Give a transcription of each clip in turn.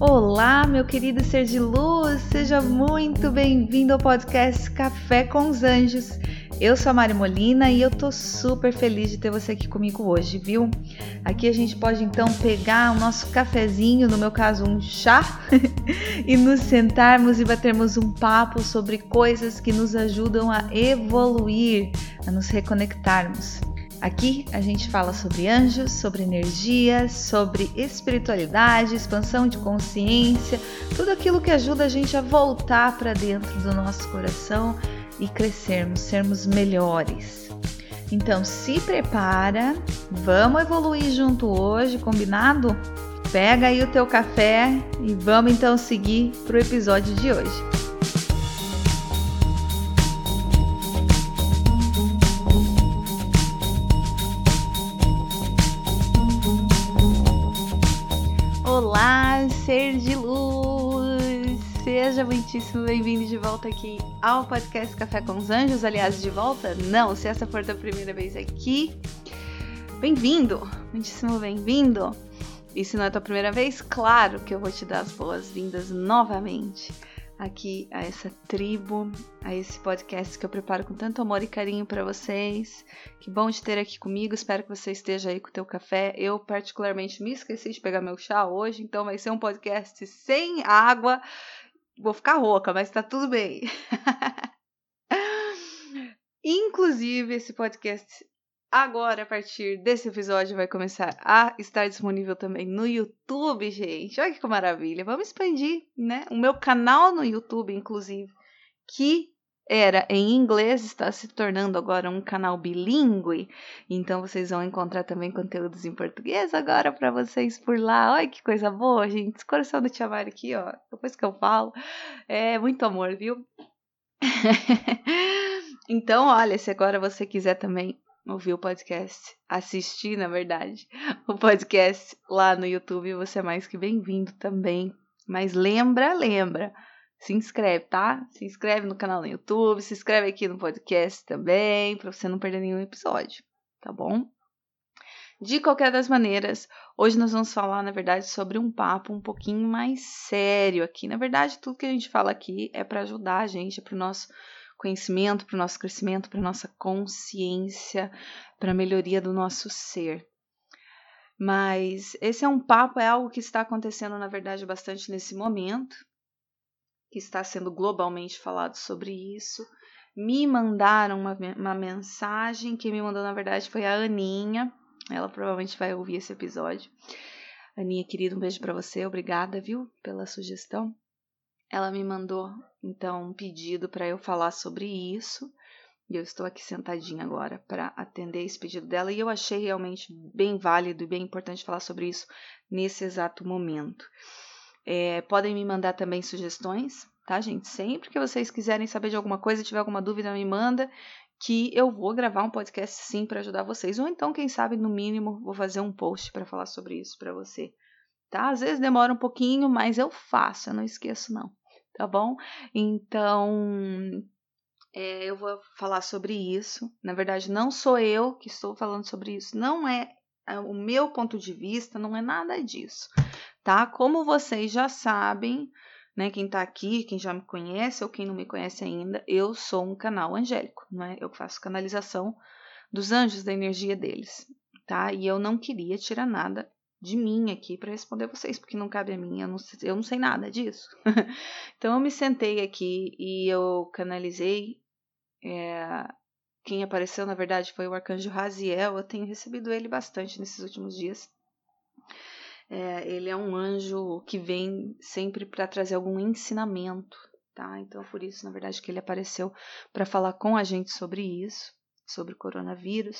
Olá, meu querido ser de luz, seja muito bem-vindo ao podcast Café com os Anjos. Eu sou a Mari Molina e eu tô super feliz de ter você aqui comigo hoje, viu? Aqui a gente pode então pegar o nosso cafezinho, no meu caso um chá, e nos sentarmos e batermos um papo sobre coisas que nos ajudam a evoluir, a nos reconectarmos. Aqui a gente fala sobre anjos, sobre energia, sobre espiritualidade, expansão de consciência, tudo aquilo que ajuda a gente a voltar para dentro do nosso coração e crescermos, sermos melhores. Então se prepara, vamos evoluir junto hoje, combinado? Pega aí o teu café e vamos então seguir para o episódio de hoje. Olá, ser de luz! Seja muitíssimo bem-vindo de volta aqui ao podcast Café com os Anjos. Aliás, de volta? Não, se essa for a primeira vez aqui, bem-vindo! Muitíssimo bem-vindo! E se não é a tua primeira vez, claro que eu vou te dar as boas-vindas novamente aqui a essa tribo, a esse podcast que eu preparo com tanto amor e carinho para vocês. Que bom te ter aqui comigo, espero que você esteja aí com o teu café. Eu particularmente me esqueci de pegar meu chá hoje, então vai ser um podcast sem água. Vou ficar rouca, mas tá tudo bem. Inclusive, esse podcast agora, a partir desse episódio, vai começar a estar disponível também no YouTube, gente. Olha que maravilha. Vamos expandir, né? O meu canal no YouTube, inclusive, que era em inglês, está se tornando agora um canal bilíngue. Então, vocês vão encontrar também conteúdos em português agora para vocês por lá. Olha que coisa boa, gente. Esse coração do Tia Mari aqui, ó. Depois que eu falo, é muito amor, viu? Então, olha, se agora você quiser também ouvir o podcast, assistir, na verdade, o podcast lá no YouTube, você é mais que bem-vindo também. Mas lembra, se inscreve, tá? Se inscreve no canal no YouTube, se inscreve aqui no podcast também, para você não perder nenhum episódio, tá bom? De qualquer das maneiras, hoje nós vamos falar, na verdade, sobre um papo um pouquinho mais sério aqui. Na verdade, tudo que a gente fala aqui é para ajudar a gente, é para o nosso conhecimento, para o nosso crescimento, para a nossa consciência, para a melhoria do nosso ser. Mas esse é um papo, é algo que está acontecendo, na verdade, bastante nesse momento, que está sendo globalmente falado sobre isso. Me mandaram uma mensagem, quem me mandou, na verdade, foi a Aninha. Ela provavelmente vai ouvir esse episódio. Aninha, querida, um beijo para você. Obrigada, viu, pela sugestão. Ela me mandou, então, um pedido para eu falar sobre isso. E eu estou aqui sentadinha agora para atender esse pedido dela. E eu achei realmente bem válido e bem importante falar sobre isso nesse exato momento. Podem me mandar também sugestões, tá, gente? Sempre que vocês quiserem saber de alguma coisa, tiver alguma dúvida, me manda, que eu vou gravar um podcast sim para ajudar vocês. Ou então, quem sabe, no mínimo, vou fazer um post para falar sobre isso para você, tá? Às vezes demora um pouquinho, mas eu faço, eu não esqueço não, tá bom? Então, eu vou falar sobre isso. Na verdade, não sou eu que estou falando sobre isso, não é o meu ponto de vista, não é nada disso, tá? Como vocês já sabem, né, quem tá aqui, quem já me conhece ou quem não me conhece ainda, eu sou um canal angélico, né? Eu faço canalização dos anjos, da energia deles, tá? E eu não queria tirar nada de mim aqui para responder vocês, porque não cabe a mim, eu não sei nada disso. Então eu me sentei aqui e eu canalizei. Quem apareceu, na verdade, foi o arcanjo Raziel. Eu tenho recebido ele bastante nesses últimos dias. Ele é um anjo que vem sempre para trazer algum ensinamento, tá? Então, por isso, na verdade, que ele apareceu para falar com a gente sobre isso, sobre o coronavírus.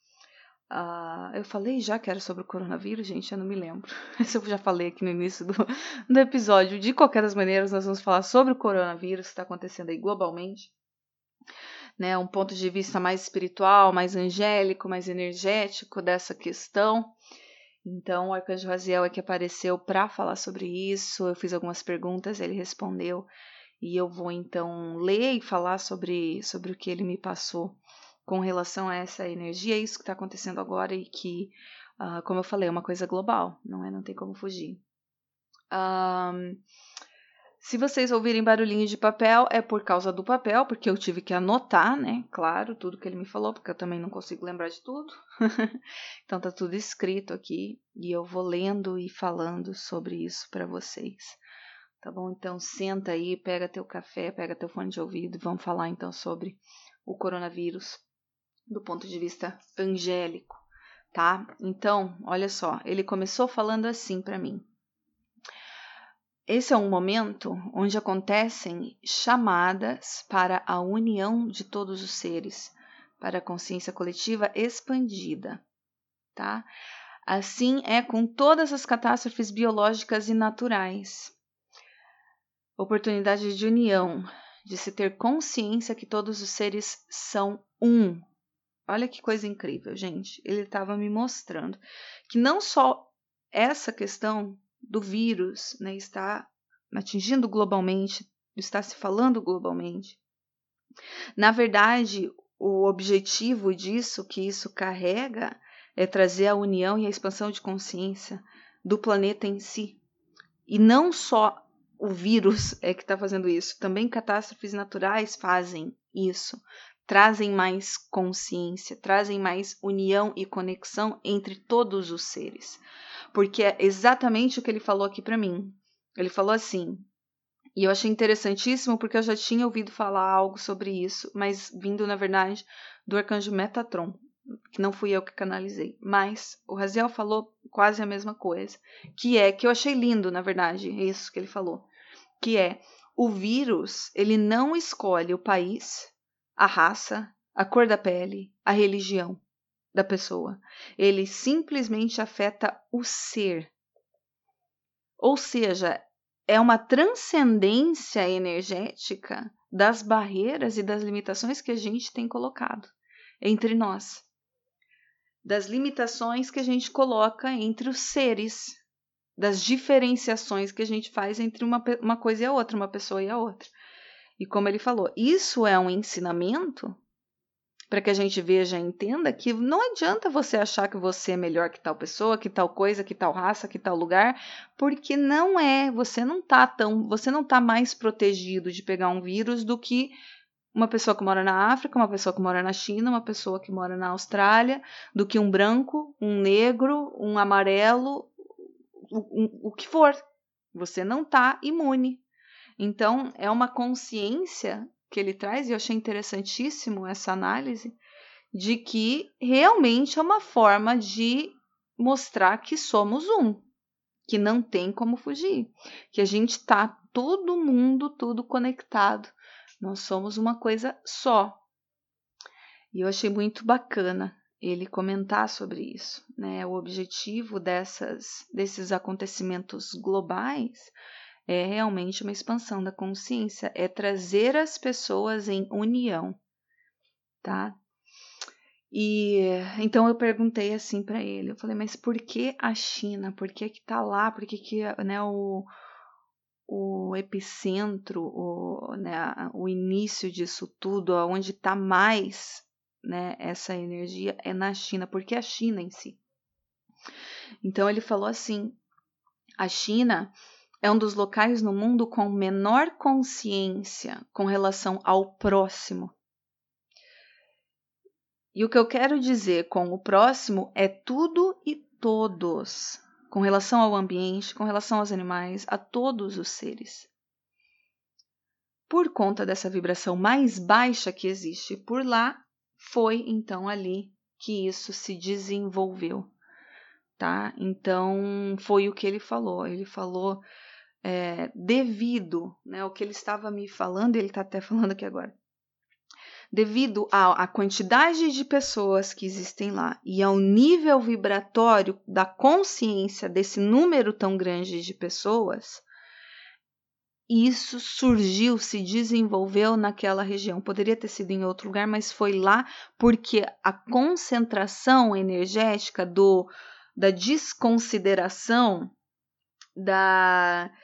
Eu falei já que era sobre o coronavírus, gente, eu não me lembro. Isso eu já falei aqui no início do episódio. De qualquer das maneiras, nós vamos falar sobre o coronavírus que está acontecendo aí globalmente. Né, um ponto de vista mais espiritual, mais angélico, mais energético dessa questão. Então, o arcanjo Raziel é que apareceu para falar sobre isso. Eu fiz algumas perguntas, ele respondeu, e eu vou então ler e falar sobre o que ele me passou com relação a essa energia, isso que está acontecendo agora e que, como eu falei, é uma coisa global, não tem como fugir. Se vocês ouvirem barulhinho de papel, é por causa do papel, porque eu tive que anotar, né? Claro, tudo que ele me falou, porque eu também não consigo lembrar de tudo. Então tá tudo escrito aqui e eu vou lendo e falando sobre isso para vocês. Tá bom? Então senta aí, pega teu café, pega teu fone de ouvido e vamos falar então sobre o coronavírus do ponto de vista angélico, tá? Então, olha só, ele começou falando assim para mim. Esse é um momento onde acontecem chamadas para a união de todos os seres, para a consciência coletiva expandida, tá? Assim é com todas as catástrofes biológicas e naturais. Oportunidade de união, de se ter consciência que todos os seres são um. Olha que coisa incrível, gente. Ele estava me mostrando que não só essa questão do vírus, né, está atingindo globalmente, está se falando globalmente. Na verdade, o objetivo disso, que isso carrega, é trazer a união e a expansão de consciência do planeta em si. E não só o vírus é que está fazendo isso, também catástrofes naturais fazem isso. Trazem mais consciência, trazem mais união e conexão entre todos os seres. Porque é exatamente o que ele falou aqui para mim. Ele falou assim, e eu achei interessantíssimo porque eu já tinha ouvido falar algo sobre isso, mas vindo, na verdade, do arcanjo Metatron, que não fui eu que canalizei. Mas o Raziel falou quase a mesma coisa, que eu achei lindo, na verdade, isso que ele falou, que é, o vírus, ele não escolhe o país, a raça, a cor da pele, a religião da pessoa. Ele simplesmente afeta o ser. Ou seja, é uma transcendência energética das barreiras e das limitações que a gente tem colocado entre nós. Das limitações que a gente coloca entre os seres. Das diferenciações que a gente faz entre uma coisa e a outra, uma pessoa e a outra. E como ele falou, isso é um ensinamento para que a gente veja e entenda que não adianta você achar que você é melhor que tal pessoa, que tal coisa, que tal raça, que tal lugar, porque não é, você não tá mais protegido de pegar um vírus do que uma pessoa que mora na África, uma pessoa que mora na China, uma pessoa que mora na Austrália, do que um branco, um negro, um amarelo, o que for. Você não tá imune. Então, é uma consciência que ele traz, e eu achei interessantíssimo essa análise, de que realmente é uma forma de mostrar que somos um, que não tem como fugir, que a gente está todo mundo, tudo conectado, nós somos uma coisa só. E eu achei muito bacana ele comentar sobre isso, né? O objetivo desses acontecimentos globais é realmente uma expansão da consciência, é trazer as pessoas em união, tá? E então eu perguntei assim para ele, eu falei, mas por que a China? Por que tá lá? Por que né, o epicentro, o início disso tudo, onde está mais, né, essa energia é na China? Por que a China em si? Então ele falou assim, a China é um dos locais no mundo com menor consciência com relação ao próximo. E o que eu quero dizer com o próximo é tudo e todos, com relação ao ambiente, com relação aos animais, a todos os seres. Por conta dessa vibração mais baixa que existe por lá, foi então ali que isso se desenvolveu, tá? Então, foi o que ele falou. Ele falou devido, né, o que ele estava me falando, e ele está até falando aqui agora, devido à quantidade de pessoas que existem lá e ao nível vibratório da consciência desse número tão grande de pessoas, isso surgiu, se desenvolveu naquela região. Poderia ter sido em outro lugar, mas foi lá porque a concentração energética da desconsideração,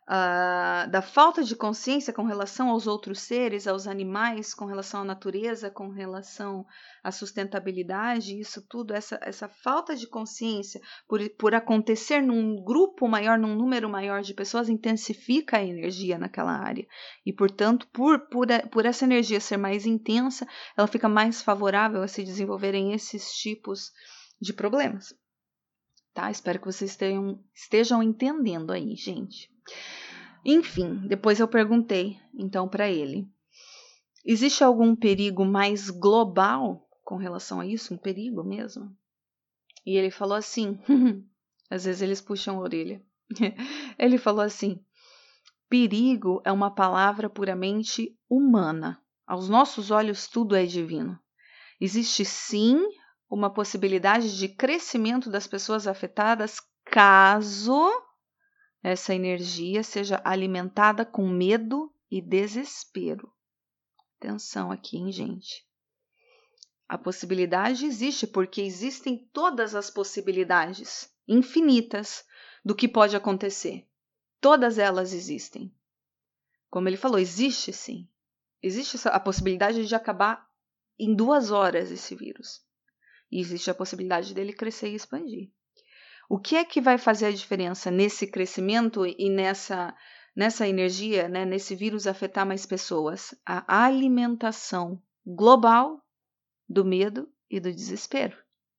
da falta de consciência com relação aos outros seres, aos animais, com relação à natureza, com relação à sustentabilidade, isso tudo, essa falta de consciência por acontecer num grupo maior, num número maior de pessoas, intensifica a energia naquela área. E, portanto, por essa energia ser mais intensa, ela fica mais favorável a se desenvolverem esses tipos de problemas. Tá? Espero que vocês estejam entendendo aí, gente. Enfim, depois eu perguntei, então, para ele: existe algum perigo mais global com relação a isso? Um perigo mesmo? E ele falou assim, às vezes eles puxam a orelha. Ele falou assim: perigo é uma palavra puramente humana. Aos nossos olhos, tudo é divino. Existe sim uma possibilidade de crescimento das pessoas afetadas caso essa energia seja alimentada com medo e desespero. Atenção aqui, hein, gente? A possibilidade existe porque existem todas as possibilidades infinitas do que pode acontecer. Todas elas existem. Como ele falou, existe sim. Existe a possibilidade de acabar em 2 horas esse vírus. E existe a possibilidade dele crescer e expandir. O que é que vai fazer a diferença nesse crescimento e nessa energia, né, nesse vírus afetar mais pessoas? A alimentação global do medo e do desespero.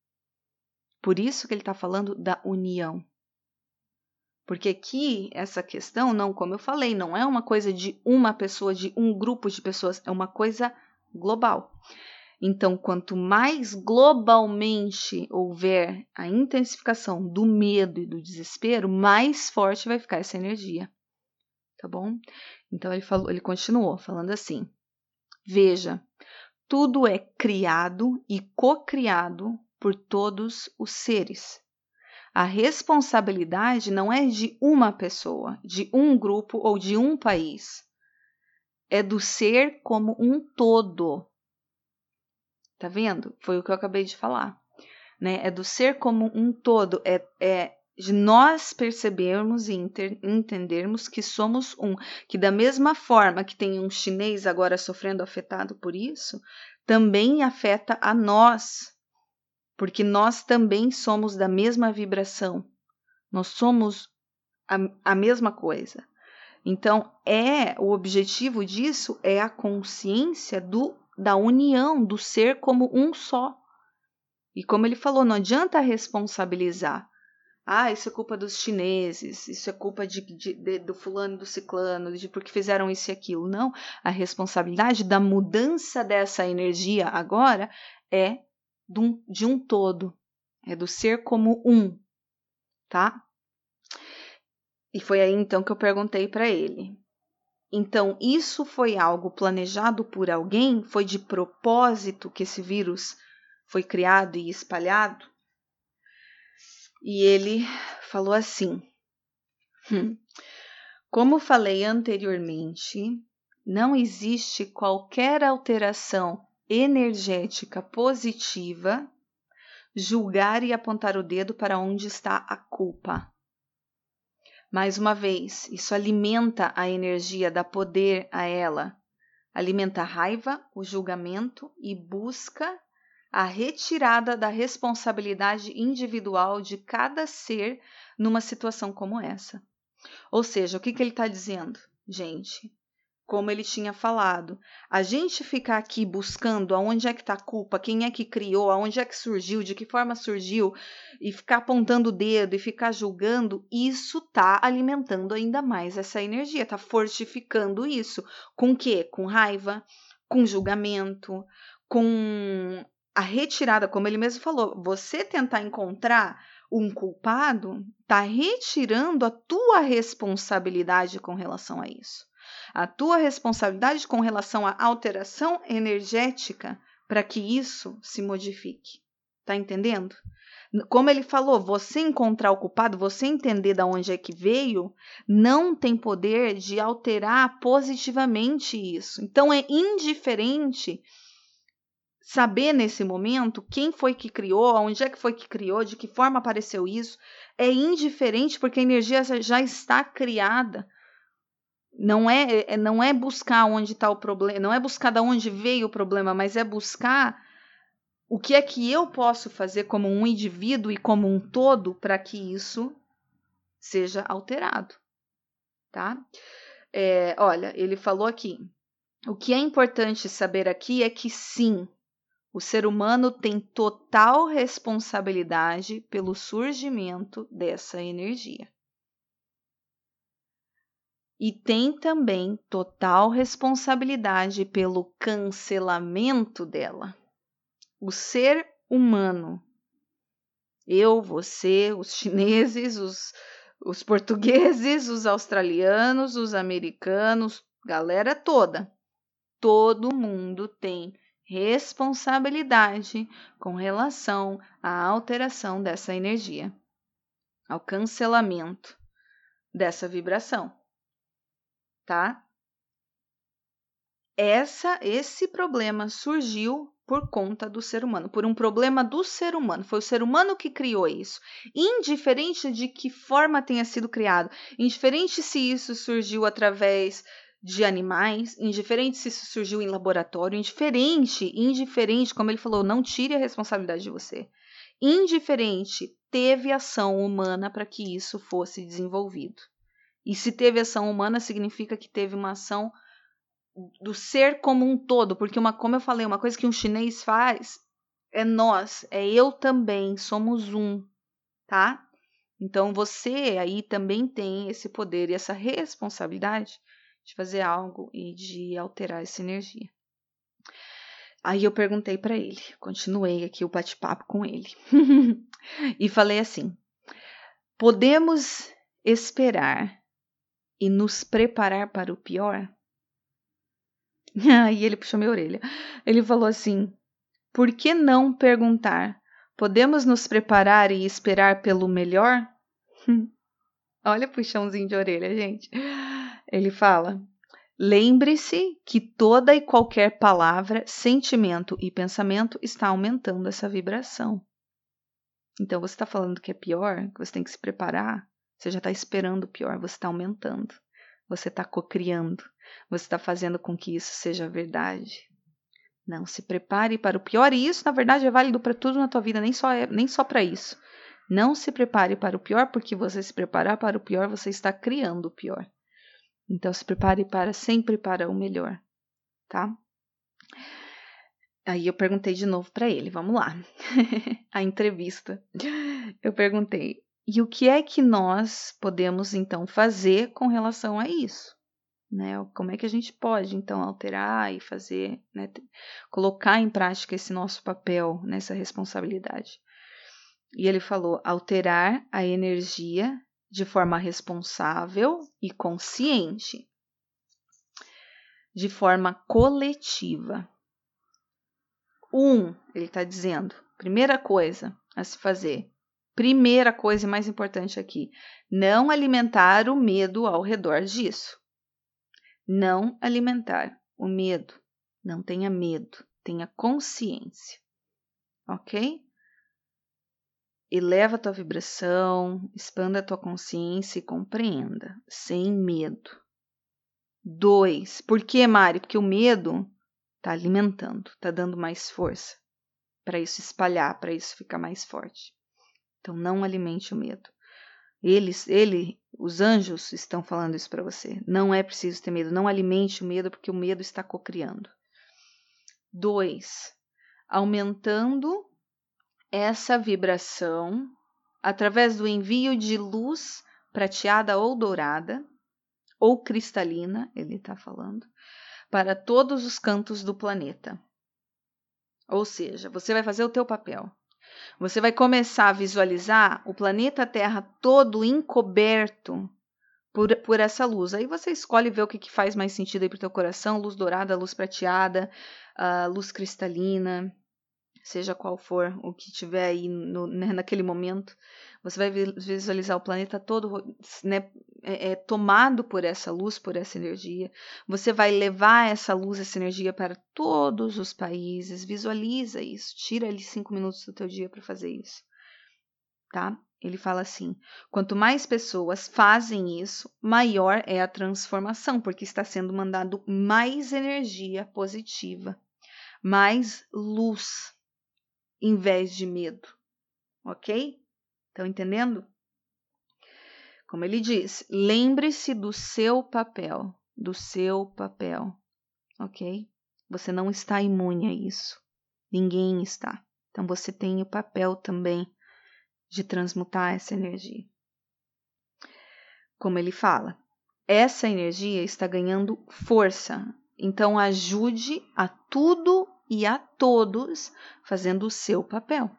Por isso que ele está falando da união. Porque aqui, essa questão, não, como eu falei, não é uma coisa de uma pessoa, de um grupo de pessoas, é uma coisa global. Então, quanto mais globalmente houver a intensificação do medo e do desespero, mais forte vai ficar essa energia. Tá bom? Então, ele continuou falando assim: veja, tudo é criado e cocriado por todos os seres. A responsabilidade não é de uma pessoa, de um grupo ou de um país. É do ser como um todo. Tá vendo? Foi o que eu acabei de falar. Né? É do ser como um todo. É de nós percebermos e entendermos que somos um. Que da mesma forma que tem um chinês agora sofrendo afetado por isso, também afeta a nós. Porque nós também somos da mesma vibração. Nós somos a mesma coisa. Então, o objetivo disso é a consciência da união, do ser como um só. E como ele falou, não adianta responsabilizar. Isso é culpa dos chineses, isso é culpa do fulano e do ciclano, de porque fizeram isso e aquilo. Não, a responsabilidade da mudança dessa energia agora é de um todo, é do ser como um, tá? E foi aí então que eu perguntei para ele. Então, isso foi algo planejado por alguém? Foi de propósito que esse vírus foi criado e espalhado? E ele falou assim: como falei anteriormente, não existe qualquer alteração energética positiva julgar e apontar o dedo para onde está a culpa. Mais uma vez, isso alimenta a energia, dá poder a ela, alimenta a raiva, o julgamento e busca a retirada da responsabilidade individual de cada ser numa situação como essa. Ou seja, o que ele está dizendo, gente? Como ele tinha falado, a gente ficar aqui buscando aonde é que está a culpa, quem é que criou, aonde é que surgiu, de que forma surgiu, e ficar apontando o dedo e ficar julgando, isso está alimentando ainda mais essa energia, está fortificando isso. Com o quê? Com raiva, com julgamento, com a retirada, como ele mesmo falou, você tentar encontrar um culpado, está retirando a tua responsabilidade com relação a isso. A tua responsabilidade com relação à alteração energética para que isso se modifique. Tá entendendo? Como ele falou, você encontrar o culpado, você entender de onde é que veio, não tem poder de alterar positivamente isso. Então, é indiferente saber nesse momento quem foi que criou, onde é que foi que criou, de que forma apareceu isso. É indiferente porque a energia já está criada. Não é buscar onde está o problema, não é buscar de onde veio o problema, mas é buscar o que é que eu posso fazer como um indivíduo e como um todo para que isso seja alterado, tá? Olha, ele falou aqui, o que é importante saber aqui é que sim, o ser humano tem total responsabilidade pelo surgimento dessa energia. E tem também total responsabilidade pelo cancelamento dela. O ser humano, eu, você, os chineses, os portugueses, os australianos, os americanos, galera toda, todo mundo tem responsabilidade com relação à alteração dessa energia, ao cancelamento dessa vibração, tá? Esse problema surgiu por conta do ser humano, por um problema do ser humano. Foi o ser humano que criou isso. Indiferente de que forma tenha sido criado, indiferente se isso surgiu através de animais, indiferente se isso surgiu em laboratório, indiferente, como ele falou, não tire a responsabilidade de você. Indiferente, teve ação humana para que isso fosse desenvolvido. E se teve ação humana, significa que teve uma ação do ser como um todo, porque como eu falei, uma coisa que um chinês faz é nós, é eu também, somos um, tá? Então você aí também tem esse poder e essa responsabilidade de fazer algo e de alterar essa energia. Aí eu perguntei para ele, continuei aqui o bate-papo com ele e falei assim: podemos esperar e nos preparar para o pior? Aí ele puxou minha orelha. Ele falou assim: por que não perguntar? Podemos nos preparar e esperar pelo melhor? Olha o puxãozinho de orelha, gente. Ele fala: lembre-se que toda e qualquer palavra, sentimento e pensamento está aumentando essa vibração. Então, você está falando que é pior, que você tem que se preparar, você já está esperando o pior, você está aumentando, você está cocriando, você está fazendo com que isso seja verdade. Não se prepare para o pior, e isso, na verdade, é válido para tudo na tua vida, nem só para isso. Não se prepare para o pior, porque você se preparar para o pior, você está criando o pior. Então, se prepare sempre para o melhor, tá? Aí eu perguntei de novo para ele, vamos lá. A entrevista. Eu perguntei, e o que é que nós podemos, então, fazer com relação a isso? Né? Como é que a gente pode, então, alterar e fazer, né? Colocar em prática esse nosso papel, nessa responsabilidade? E ele falou, alterar a energia de forma responsável e consciente, de forma coletiva. Ele está dizendo, primeira coisa a se fazer, primeira coisa e mais importante aqui, não alimentar o medo ao redor disso. Não alimentar o medo. Não tenha medo, tenha consciência. Ok? Eleva a tua vibração, expanda a tua consciência e compreenda, sem medo. 2. Por que, Mari? Porque o medo está alimentando, está dando mais força para isso espalhar, para isso ficar mais forte. Então, não alimente o medo. Os anjos estão falando isso para você. Não é preciso ter medo. Não alimente o medo, porque o medo está cocriando. 2. Aumentando essa vibração através do envio de luz prateada ou dourada, ou cristalina, ele está falando, para todos os cantos do planeta. Ou seja, você vai fazer o teu papel. Você vai começar a visualizar o planeta Terra todo encoberto por essa luz. Aí você escolhe ver o que faz mais sentido aí para o teu coração, luz dourada, luz prateada, luz cristalina, seja qual for o que tiver aí naquele momento. Você vai visualizar o planeta todo, né, tomado por essa luz, por essa energia. Você vai levar essa luz, essa energia para todos os países. Visualiza isso. Tira ali 5 minutos do teu dia para fazer isso. tá? Ele fala assim: quanto mais pessoas fazem isso, maior é a transformação, porque está sendo mandado mais energia positiva, mais luz, em vez de medo, ok? Estão entendendo? Como ele diz, lembre-se do seu papel, ok? Você não está imune a isso, ninguém está. Então você tem o papel também de transmutar essa energia. Como ele fala, essa energia está ganhando força, então ajude a tudo e a todos fazendo o seu papel.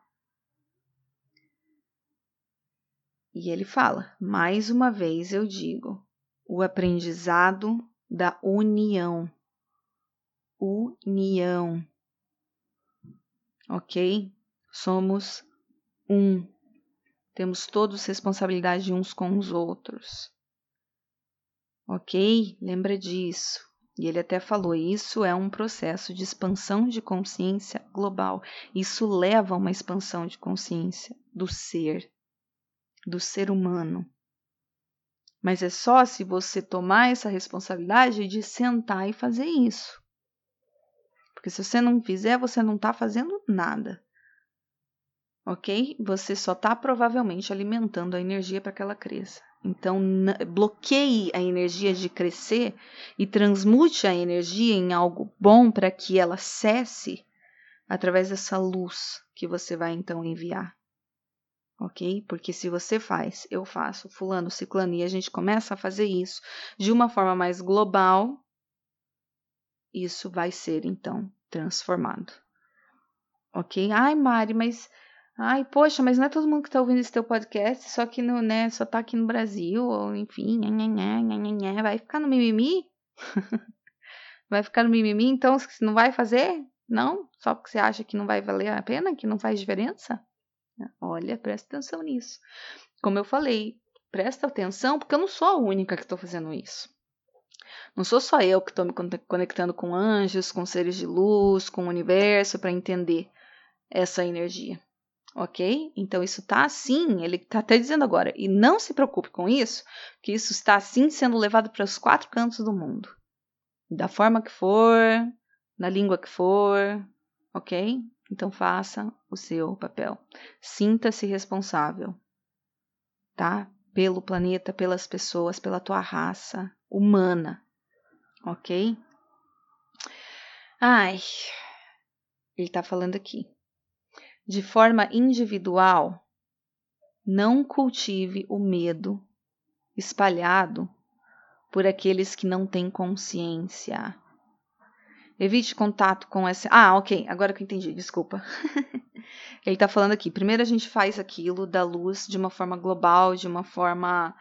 E ele fala, mais uma vez eu digo, o aprendizado da união. União. Ok? Somos um. Temos todos responsabilidade uns com os outros. Ok? Lembra disso. E ele até falou, isso é um processo de expansão de consciência global. Isso leva a uma expansão de consciência do ser humano. Mas é só se você tomar essa responsabilidade de sentar e fazer isso. Porque se você não fizer, você não está fazendo nada. Ok? Você só está provavelmente alimentando a energia para que ela cresça. Então, bloqueie a energia de crescer e transmute a energia em algo bom para que ela cesse através dessa luz que você vai então enviar. Ok? Porque se você faz, eu faço, fulano, ciclano, e a gente começa a fazer isso de uma forma mais global, isso vai ser então transformado. Ok? Ai, Mari, mas... Ai, poxa, mas não é todo mundo que está ouvindo esse teu podcast, só que só tá aqui no Brasil, ou enfim, vai ficar no mimimi? Vai ficar no mimimi, então você não vai fazer? Não? Só porque você acha que não vai valer a pena, que não faz diferença? Olha, presta atenção nisso. Como eu falei, presta atenção, porque eu não sou a única que estou fazendo isso. Não sou só eu que estou me conectando com anjos, com seres de luz, com o universo, para entender essa energia. Ok? Então, isso está assim, ele está até dizendo agora, e não se preocupe com isso, que isso está assim sendo levado para os 4 cantos do mundo. Da forma que for, na língua que for, ok? Então, faça o seu papel. Sinta-se responsável, tá? Pelo planeta, pelas pessoas, pela tua raça humana, ok? Ai, ele está falando aqui. De forma individual, não cultive o medo espalhado por aqueles que não têm consciência. Evite contato com essa... Ah, ok, agora que eu entendi, desculpa. Ele está falando aqui, primeiro a gente faz aquilo da luz de uma forma global, de uma forma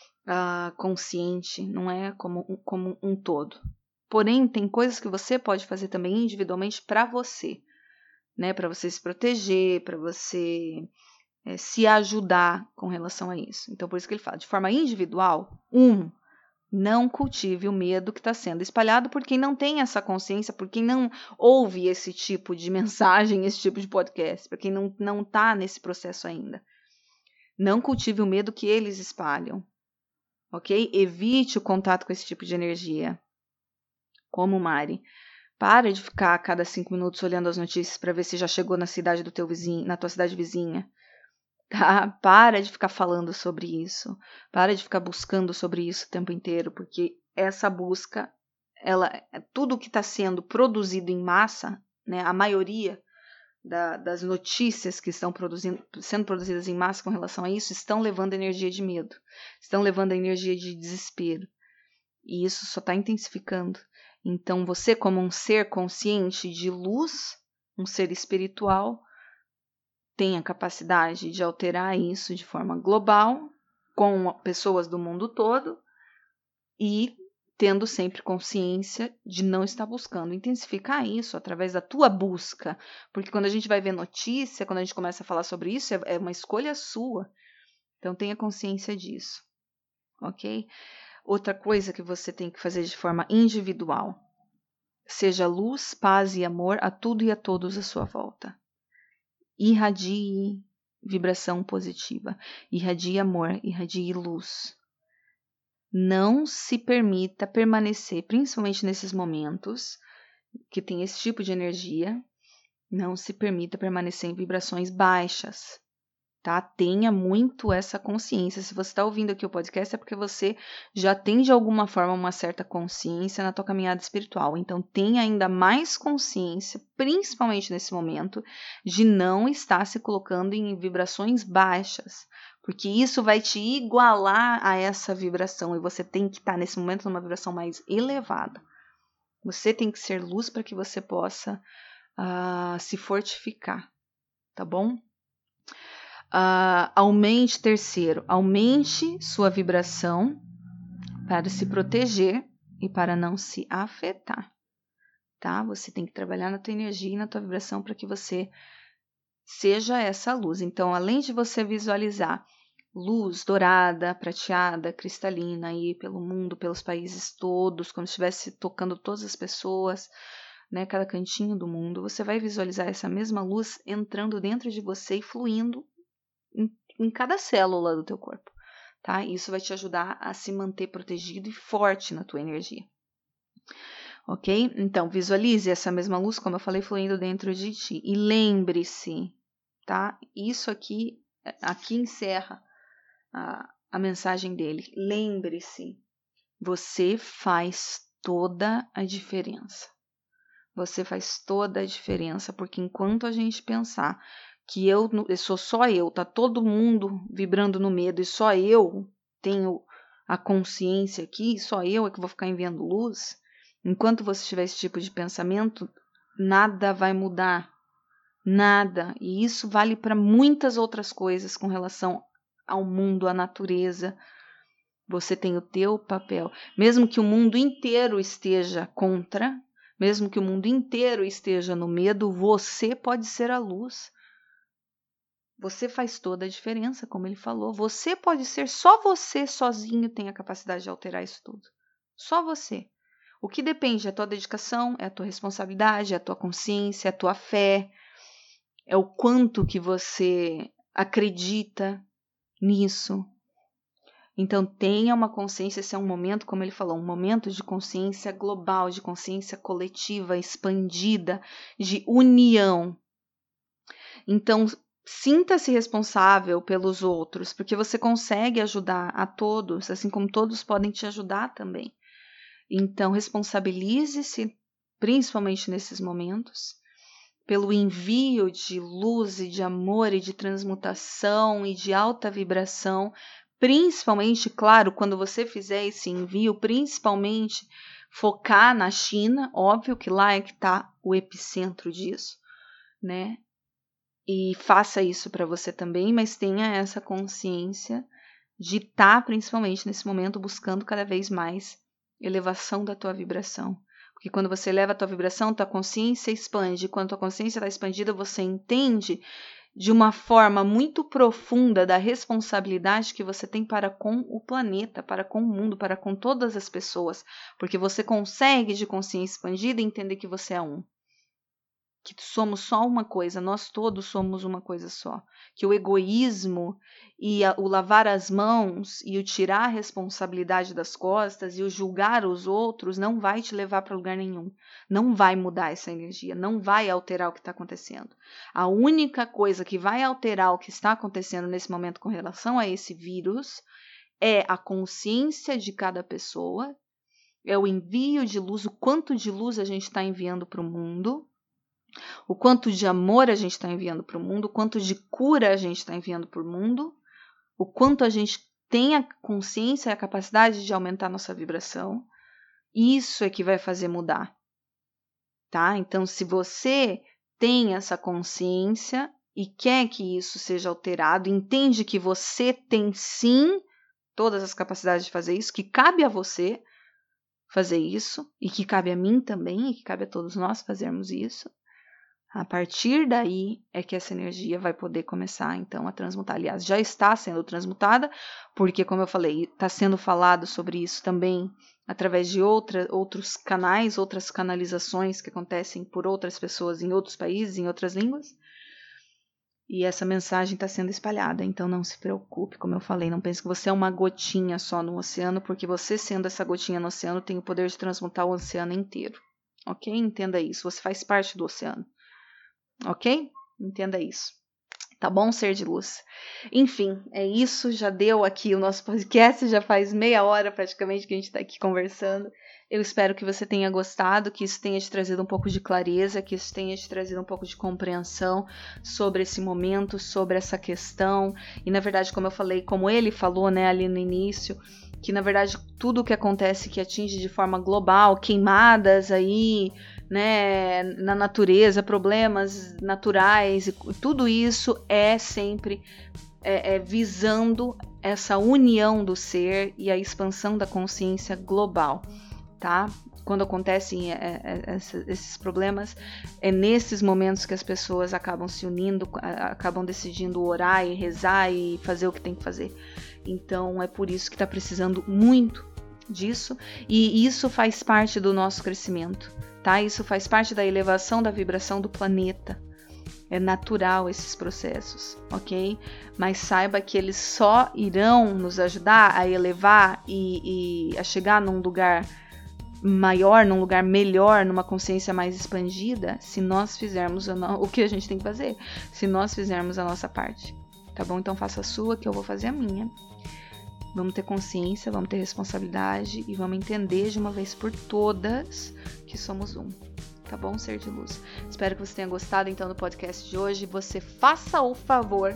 consciente, não é como um todo. Porém, tem coisas que você pode fazer também individualmente para você, né? Para você se proteger, para você se ajudar com relação a isso. Então, por isso que ele fala, de forma individual, não cultive o medo que está sendo espalhado por quem não tem essa consciência, por quem não ouve esse tipo de mensagem, esse tipo de podcast, para quem não está nesse processo ainda. Não cultive o medo que eles espalham, ok? Evite o contato com esse tipo de energia. Como Mari, para de ficar a cada 5 minutos olhando as notícias para ver se já chegou na cidade do teu vizinho, na tua cidade vizinha. Tá? Para de ficar falando sobre isso. Para de ficar buscando sobre isso o tempo inteiro, porque essa busca, tudo que está sendo produzido em massa, né, a maioria das notícias que estão sendo produzidas em massa com relação a isso, estão levando energia de medo, estão levando a energia de desespero. E isso só está intensificando. Então, você, como um ser consciente de luz, um ser espiritual, tem a capacidade de alterar isso de forma global, com pessoas do mundo todo, e tendo sempre consciência de não estar buscando intensificar isso através da tua busca. Porque quando a gente vai ver notícia, quando a gente começa a falar sobre isso, é uma escolha sua. Então tenha consciência disso, ok? Outra coisa que você tem que fazer de forma individual. Seja luz, paz e amor a tudo e a todos à sua volta. Irradie, vibração positiva, irradie amor, irradie luz. Não se permita permanecer, principalmente nesses momentos que tem esse tipo de energia, não se permita permanecer em vibrações baixas, tá? Tenha muito essa consciência. Se você está ouvindo aqui o podcast é porque você já tem de alguma forma uma certa consciência na tua caminhada espiritual. Então tenha ainda mais consciência, principalmente nesse momento, de não estar se colocando em vibrações baixas, porque isso vai te igualar a essa vibração e você tem que estar nesse momento numa vibração mais elevada. Você tem que ser luz para que você possa se fortificar, tá bom? Aumente sua vibração para se proteger e para não se afetar, tá? Você tem que trabalhar na tua energia e na tua vibração para que você seja essa luz. Então, além de você visualizar luz dourada, prateada, cristalina aí pelo mundo, pelos países todos, como se estivesse tocando todas as pessoas, né, cada cantinho do mundo, você vai visualizar essa mesma luz entrando dentro de você e fluindo em cada célula do teu corpo, tá? Isso vai te ajudar a se manter protegido e forte na tua energia, ok? Então, visualize essa mesma luz, como eu falei, fluindo dentro de ti. E lembre-se, tá? Isso aqui encerra a mensagem dele. Lembre-se, você faz toda a diferença. Você faz toda a diferença, porque enquanto a gente pensar que eu sou só eu, tá todo mundo vibrando no medo e só eu tenho a consciência aqui, só eu é que vou ficar enviando luz, enquanto você tiver esse tipo de pensamento, nada vai mudar, nada. E isso vale para muitas outras coisas com relação ao mundo, à natureza. Você tem o teu papel, mesmo que o mundo inteiro esteja contra, mesmo que o mundo inteiro esteja no medo, você pode ser a luz. Você faz toda a diferença, como ele falou. Você pode ser, só você sozinho tem a capacidade de alterar isso tudo. Só você. O que depende é a tua dedicação, é a tua responsabilidade, é a tua consciência, é a tua fé, é o quanto que você acredita nisso. Então tenha uma consciência, esse é um momento, como ele falou, um momento de consciência global, de consciência coletiva, expandida, de união. Então, sinta-se responsável pelos outros, porque você consegue ajudar a todos, assim como todos podem te ajudar também. Então, responsabilize-se, principalmente nesses momentos, pelo envio de luz e de amor e de transmutação e de alta vibração, principalmente, claro, quando você fizer esse envio, principalmente focar na China, óbvio que lá é que está o epicentro disso, né? E faça isso para você também, mas tenha essa consciência de estar, principalmente nesse momento, buscando cada vez mais elevação da tua vibração. Porque quando você eleva a tua vibração, tua consciência expande. Quando tua consciência está expandida, você entende de uma forma muito profunda da responsabilidade que você tem para com o planeta, para com o mundo, para com todas as pessoas. Porque você consegue, de consciência expandida, entender que você é um. Que somos só uma coisa, nós todos somos uma coisa só. Que o egoísmo e o lavar as mãos e o tirar a responsabilidade das costas e o julgar os outros não vai te levar para lugar nenhum. Não vai mudar essa energia, não vai alterar o que está acontecendo. A única coisa que vai alterar o que está acontecendo nesse momento com relação a esse vírus é a consciência de cada pessoa, é o envio de luz, o quanto de luz a gente está enviando para o mundo, o quanto de amor a gente está enviando para o mundo, o quanto de cura a gente está enviando para o mundo, o quanto a gente tem a consciência e a capacidade de aumentar nossa vibração. Isso é que vai fazer mudar, tá? Então, se você tem essa consciência e quer que isso seja alterado, entende que você tem sim todas as capacidades de fazer isso, que cabe a você fazer isso, e que cabe a mim também, e que cabe a todos nós fazermos isso. A partir daí é que essa energia vai poder começar, então, a transmutar. Aliás, já está sendo transmutada, porque, como eu falei, está sendo falado sobre isso também através de outros canais, outras canalizações que acontecem por outras pessoas em outros países, em outras línguas. E essa mensagem está sendo espalhada, então não se preocupe, como eu falei, não pense que você é uma gotinha só no oceano, porque você sendo essa gotinha no oceano tem o poder de transmutar o oceano inteiro, ok? Entenda isso, você faz parte do oceano, ok? Entenda isso, tá bom, ser de luz? Enfim, é isso, já deu aqui o nosso podcast, já faz meia hora praticamente que a gente está aqui conversando. Eu espero que você tenha gostado, que isso tenha te trazido um pouco de clareza, que isso tenha te trazido um pouco de compreensão sobre esse momento, sobre essa questão. E, na verdade, como eu falei, como ele falou, né, ali no início, que, na verdade, tudo o que acontece que atinge de forma global, queimadas aí, né, na natureza, problemas naturais, tudo isso é sempre visando essa união do ser e a expansão da consciência global. Tá? Quando acontecem esses problemas, é nesses momentos que as pessoas acabam se unindo, acabam decidindo orar e rezar e fazer o que tem que fazer. Então é por isso que está precisando muito disso, e isso faz parte do nosso crescimento, tá? Isso faz parte da elevação da vibração do planeta. É natural esses processos, ok? Mas saiba que eles só irão nos ajudar a elevar e a chegar num lugar maior, num lugar melhor, numa consciência mais expandida, se nós fizermos o que a gente tem que fazer, se nós fizermos a nossa parte, tá bom? Então faça a sua, que eu vou fazer a minha. Vamos ter consciência, vamos ter responsabilidade e vamos entender de uma vez por todas que somos um. Tá bom, ser de luz? Espero que você tenha gostado então do podcast de hoje. Você faça o favor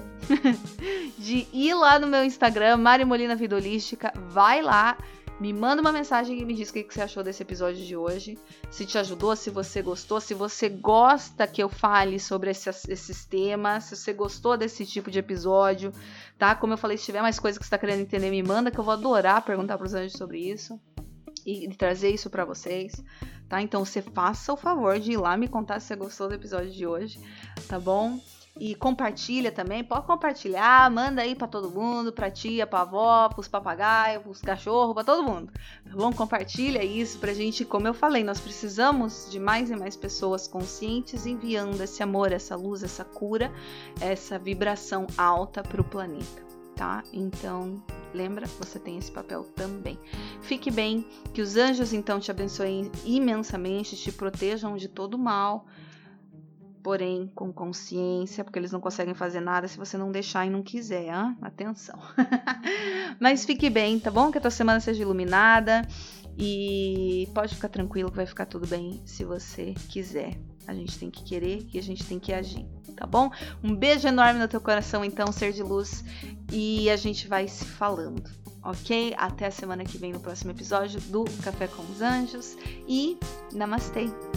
de ir lá no meu Instagram, Mari Molina Vida Holística, vai lá, me manda uma mensagem e me diz o que você achou desse episódio de hoje. Se te ajudou, se você gostou, se você gosta que eu fale sobre esses temas, se você gostou desse tipo de episódio, tá? Como eu falei, se tiver mais coisa que você está querendo entender, me manda, que eu vou adorar perguntar para os anjos sobre isso e trazer isso para vocês, tá? Então você faça o favor de ir lá me contar se você gostou do episódio de hoje, tá bom? E compartilha também, pode compartilhar, manda aí pra todo mundo, pra tia, pra avó, pros papagaios, pros cachorros, pra todo mundo, tá bom? Compartilha isso pra gente, como eu falei, nós precisamos de mais e mais pessoas conscientes enviando esse amor, essa luz, essa cura, essa vibração alta pro planeta, tá? Então, lembra, você tem esse papel também. Fique bem, que os anjos então te abençoem imensamente, te protejam de todo mal, porém com consciência, porque eles não conseguem fazer nada se você não deixar e não quiser, hein? Atenção. Mas fique bem, tá bom? Que a tua semana seja iluminada e pode ficar tranquilo que vai ficar tudo bem se você quiser. A gente tem que querer e a gente tem que agir, tá bom? Um beijo enorme no teu coração, então, ser de luz, e a gente vai se falando, ok? Até a semana que vem no próximo episódio do Café com os Anjos e Namastê!